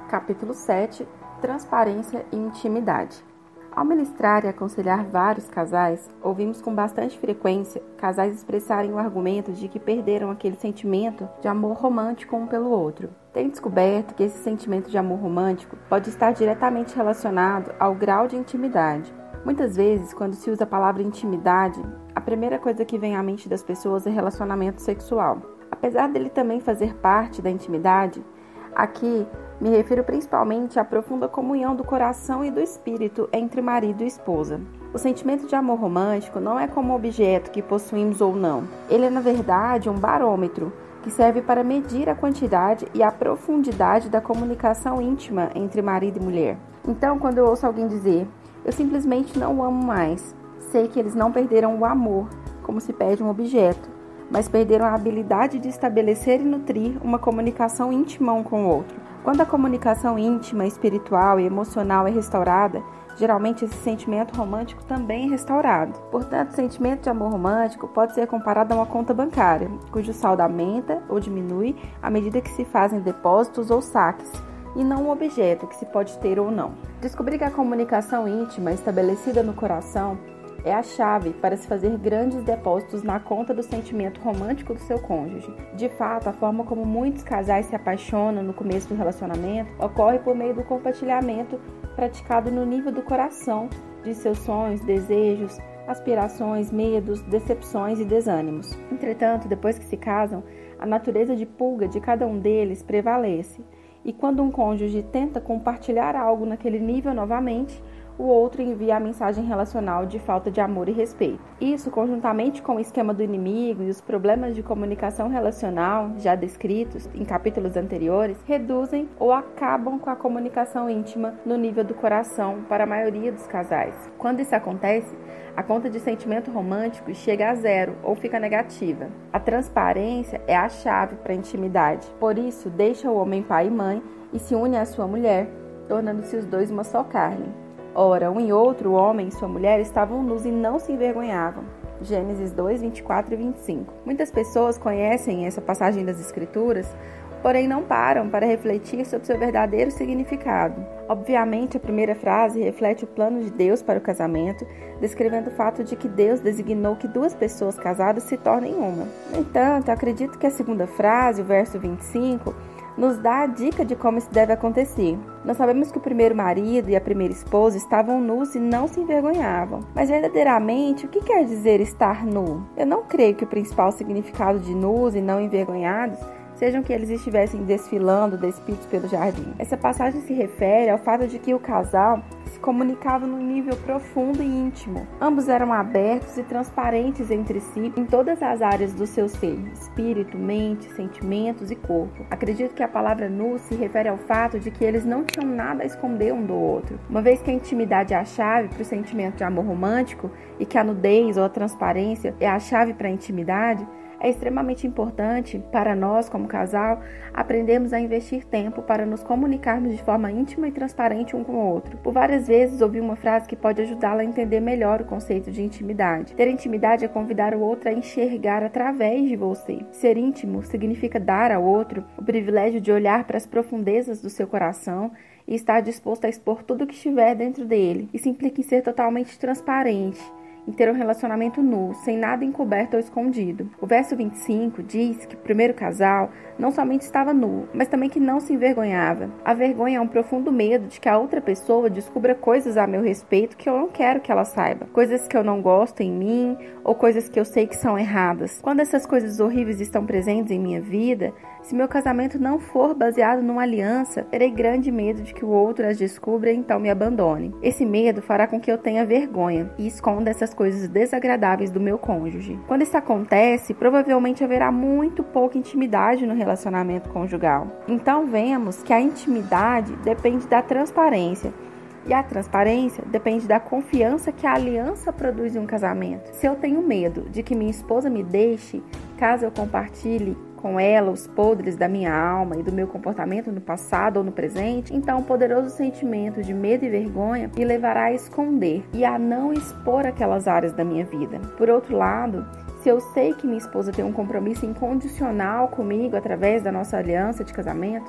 Capítulo 7. Transparência e intimidade. Ao ministrar e aconselhar vários casais, ouvimos com bastante frequência casais expressarem o argumento de que perderam aquele sentimento de amor romântico um pelo outro. Tenho descoberto que esse sentimento de amor romântico pode estar diretamente relacionado ao grau de intimidade. Muitas vezes, quando se usa a palavra intimidade, a primeira coisa que vem à mente das pessoas é relacionamento sexual. Apesar dele também fazer parte da intimidade, aqui me refiro principalmente à profunda comunhão do coração e do espírito entre marido e esposa. O sentimento de amor romântico não é como um objeto que possuímos ou não. Ele é, na verdade, um barômetro que serve para medir a quantidade e a profundidade da comunicação íntima entre marido e mulher. Então, quando eu ouço alguém dizer, eu simplesmente não o amo mais, sei que eles não perderam o amor, como se perde um objeto, mas perderam a habilidade de estabelecer e nutrir uma comunicação íntima um com o outro. Quando a comunicação íntima, espiritual e emocional é restaurada, geralmente esse sentimento romântico também é restaurado. Portanto, o sentimento de amor romântico pode ser comparado a uma conta bancária, cujo saldo aumenta ou diminui à medida que se fazem depósitos ou saques, e não um objeto que se pode ter ou não. Descobrir que a comunicação íntima estabelecida no coração é a chave para se fazer grandes depósitos na conta do sentimento romântico do seu cônjuge. De fato, a forma como muitos casais se apaixonam no começo do relacionamento ocorre por meio do compartilhamento praticado no nível do coração, de seus sonhos, desejos, aspirações, medos, decepções e desânimos. Entretanto, depois que se casam, a natureza de pulga de cada um deles prevalece, e quando um cônjuge tenta compartilhar algo naquele nível novamente, o outro envia a mensagem relacional de falta de amor e respeito. Isso, conjuntamente com o esquema do inimigo e os problemas de comunicação relacional, já descritos em capítulos anteriores, reduzem ou acabam com a comunicação íntima no nível do coração para a maioria dos casais. Quando isso acontece, a conta de sentimento romântico chega a zero ou fica negativa. A transparência é a chave para a intimidade. Por isso, deixa o homem pai e mãe e se une à sua mulher, tornando-se os dois uma só carne. Ora, um e outro, o homem e sua mulher, estavam nus e não se envergonhavam. Gênesis 2, 24 e 25. Muitas pessoas conhecem essa passagem das Escrituras, porém não param para refletir sobre seu verdadeiro significado. Obviamente, a primeira frase reflete o plano de Deus para o casamento, descrevendo o fato de que Deus designou que duas pessoas casadas se tornem uma. No entanto, acredito que a segunda frase, o verso 25, nos dá a dica de como isso deve acontecer. Nós sabemos que o primeiro marido e a primeira esposa estavam nus e não se envergonhavam. Mas verdadeiramente, o que quer dizer estar nu? Eu não creio que o principal significado de nus e não envergonhados sejam que eles estivessem desfilando despidos pelo jardim. Essa passagem se refere ao fato de que o casal se comunicava num nível profundo e íntimo. Ambos eram abertos e transparentes entre si em todas as áreas do seu ser, espírito, mente, sentimentos e corpo. Acredito que a palavra nu se refere ao fato de que eles não tinham nada a esconder um do outro. Uma vez que a intimidade é a chave para o sentimento de amor romântico e que a nudez ou a transparência é a chave para a intimidade, é extremamente importante para nós, como casal, aprendermos a investir tempo para nos comunicarmos de forma íntima e transparente um com o outro. Por várias vezes ouvi uma frase que pode ajudá-la a entender melhor o conceito de intimidade. Ter intimidade é convidar o outro a enxergar através de você. Ser íntimo significa dar ao outro o privilégio de olhar para as profundezas do seu coração e estar disposto a expor tudo o que estiver dentro dele. Isso implica em ser totalmente transparente, em ter um relacionamento nu, sem nada encoberto ou escondido. O verso 25 diz que o primeiro casal não somente estava nu, mas também que não se envergonhava. A vergonha é um profundo medo de que a outra pessoa descubra coisas a meu respeito que eu não quero que ela saiba, coisas que eu não gosto em mim ou coisas que eu sei que são erradas. Quando essas coisas horríveis estão presentes em minha vida, se meu casamento não for baseado numa aliança, terei grande medo de que o outro as descubra e então me abandone. Esse medo fará com que eu tenha vergonha e esconda essas coisas desagradáveis do meu cônjuge. Quando isso acontece, provavelmente haverá muito pouca intimidade no relacionamento conjugal. Então vemos que a intimidade depende da transparência. E a transparência depende da confiança que a aliança produz em um casamento. Se eu tenho medo de que minha esposa me deixe, caso eu compartilhe com ela os podres da minha alma e do meu comportamento no passado ou no presente, então o poderoso sentimento de medo e vergonha me levará a esconder e a não expor aquelas áreas da minha vida. Por outro lado, se eu sei que minha esposa tem um compromisso incondicional comigo através da nossa aliança de casamento,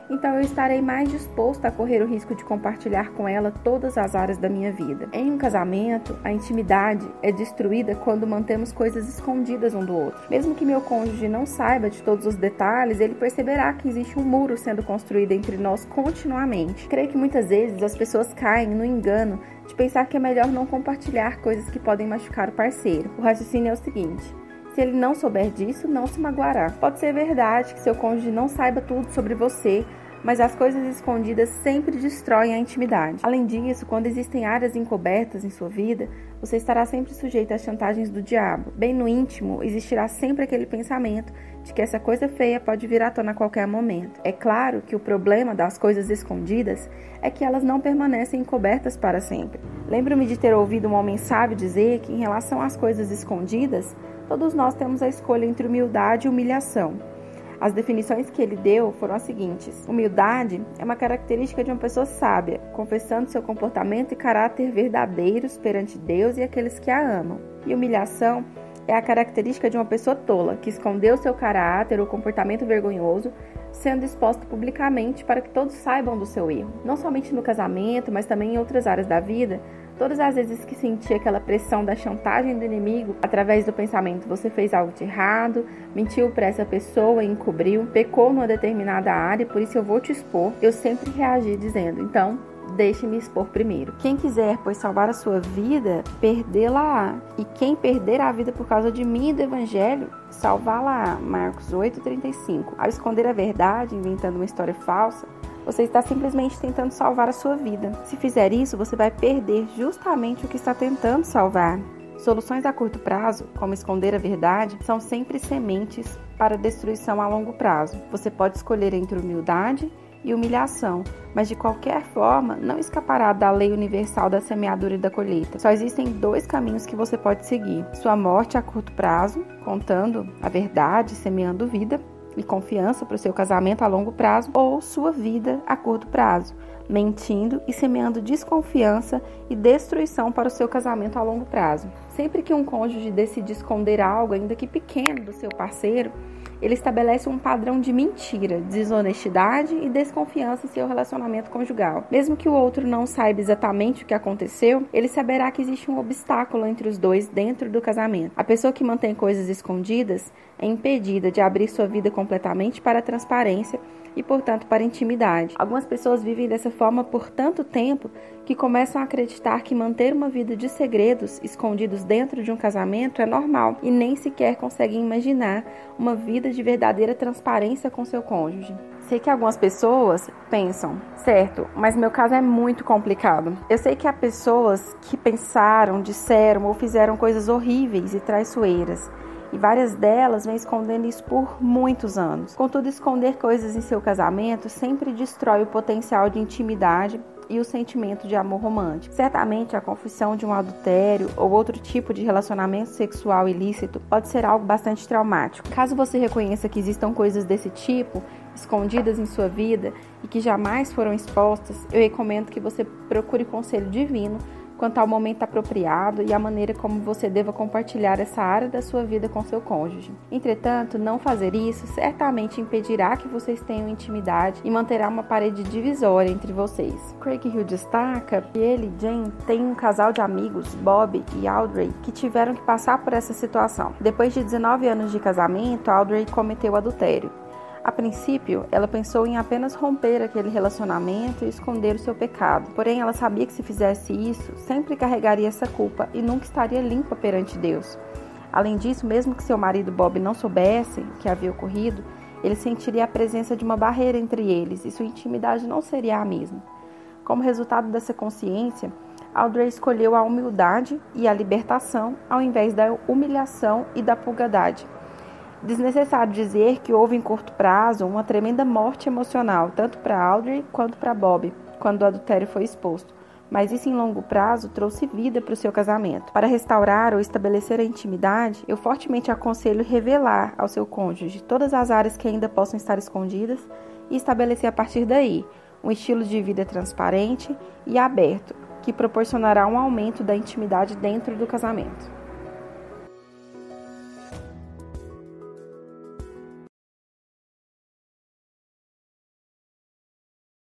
então eu estarei mais disposto a correr o risco de compartilhar com ela todas as áreas da minha vida. Em um casamento, a intimidade é destruída quando mantemos coisas escondidas um do outro. Mesmo que meu cônjuge não saiba de todos os detalhes, ele perceberá que existe um muro sendo construído entre nós continuamente. Creio que muitas vezes as pessoas caem no engano de pensar que é melhor não compartilhar coisas que podem machucar o parceiro. O raciocínio é o seguinte: se ele não souber disso, não se magoará. Pode ser verdade que seu cônjuge não saiba tudo sobre você, mas as coisas escondidas sempre destroem a intimidade. Além disso, quando existem áreas encobertas em sua vida, você estará sempre sujeito às chantagens do diabo. Bem no íntimo, existirá sempre aquele pensamento de que essa coisa feia pode vir à tona a qualquer momento. É claro que o problema das coisas escondidas é que elas não permanecem encobertas para sempre. Lembro-me de ter ouvido um homem sábio dizer que, em relação às coisas escondidas, todos nós temos a escolha entre humildade e humilhação. As definições que ele deu foram as seguintes: humildade é uma característica de uma pessoa sábia, confessando seu comportamento e caráter verdadeiros perante Deus e aqueles que a amam. E humilhação é a característica de uma pessoa tola, que escondeu seu caráter ou comportamento vergonhoso, sendo exposta publicamente para que todos saibam do seu erro. Não somente no casamento, mas também em outras áreas da vida. Todas as vezes que senti aquela pressão da chantagem do inimigo, através do pensamento, você fez algo de errado, mentiu para essa pessoa e encobriu, pecou numa determinada área, por isso eu vou te expor, eu sempre reagi dizendo: então, deixe-me expor primeiro. Quem quiser, pois, salvar a sua vida, perdê-la-á. E quem perder a vida por causa de mim e do evangelho, salvá-la-á. Marcos 8,35. Ao esconder a verdade, inventando uma história falsa, você está simplesmente tentando salvar a sua vida. Se fizer isso, você vai perder justamente o que está tentando salvar. Soluções a curto prazo, como esconder a verdade, são sempre sementes para destruição a longo prazo. Você pode escolher entre humildade e humilhação, mas de qualquer forma não escapará da lei universal da semeadura e da colheita. Só existem dois caminhos que você pode seguir: sua morte a curto prazo, contando a verdade, semeando vida e confiança para o seu casamento a longo prazo, ou sua vida a curto prazo, mentindo e semeando desconfiança e destruição para o seu casamento a longo prazo. Sempre que um cônjuge decide esconder algo, ainda que pequeno, do seu parceiro, ele estabelece um padrão de mentira, desonestidade e desconfiança em seu relacionamento conjugal. Mesmo que o outro não saiba exatamente o que aconteceu, ele saberá que existe um obstáculo entre os dois dentro do casamento. A pessoa que mantém coisas escondidas é impedida de abrir sua vida completamente para a transparência e, portanto, para a intimidade. Algumas pessoas vivem dessa forma por tanto tempo que começam a acreditar que manter uma vida de segredos escondidos dentro de um casamento é normal e nem sequer conseguem imaginar uma vida de verdadeira transparência com seu cônjuge. Sei que algumas pessoas pensam: certo, mas meu caso é muito complicado. Eu sei que há pessoas que pensaram, disseram ou fizeram coisas horríveis e traiçoeiras, e várias delas vêm escondendo isso por muitos anos. Contudo, esconder coisas em seu casamento sempre destrói o potencial de intimidade e o sentimento de amor romântico. Certamente, a confissão de um adultério ou outro tipo de relacionamento sexual ilícito pode ser algo bastante traumático. Caso você reconheça que existam coisas desse tipo escondidas em sua vida e que jamais foram expostas, eu recomendo que você procure conselho divino quanto ao momento apropriado e a maneira como você deva compartilhar essa área da sua vida com seu cônjuge. Entretanto, não fazer isso certamente impedirá que vocês tenham intimidade e manterá uma parede divisória entre vocês. Craig Hill destaca que ele e Jane têm um casal de amigos, Bob e Audrey, que tiveram que passar por essa situação. Depois de 19 anos de casamento, Audrey cometeu adultério. A princípio, ela pensou em apenas romper aquele relacionamento e esconder o seu pecado. Porém, ela sabia que se fizesse isso, sempre carregaria essa culpa e nunca estaria limpa perante Deus. Além disso, mesmo que seu marido Bob não soubesse o que havia ocorrido, ele sentiria a presença de uma barreira entre eles e sua intimidade não seria a mesma. Como resultado dessa consciência, Audrey escolheu a humildade e a libertação ao invés da humilhação e da pulgadade. Desnecessário dizer que houve em curto prazo uma tremenda morte emocional, tanto para Audrey quanto para Bob, quando o adultério foi exposto. Mas isso em longo prazo trouxe vida para o seu casamento. Para restaurar ou estabelecer a intimidade, eu fortemente aconselho revelar ao seu cônjuge todas as áreas que ainda possam estar escondidas e estabelecer a partir daí um estilo de vida transparente e aberto, que proporcionará um aumento da intimidade dentro do casamento.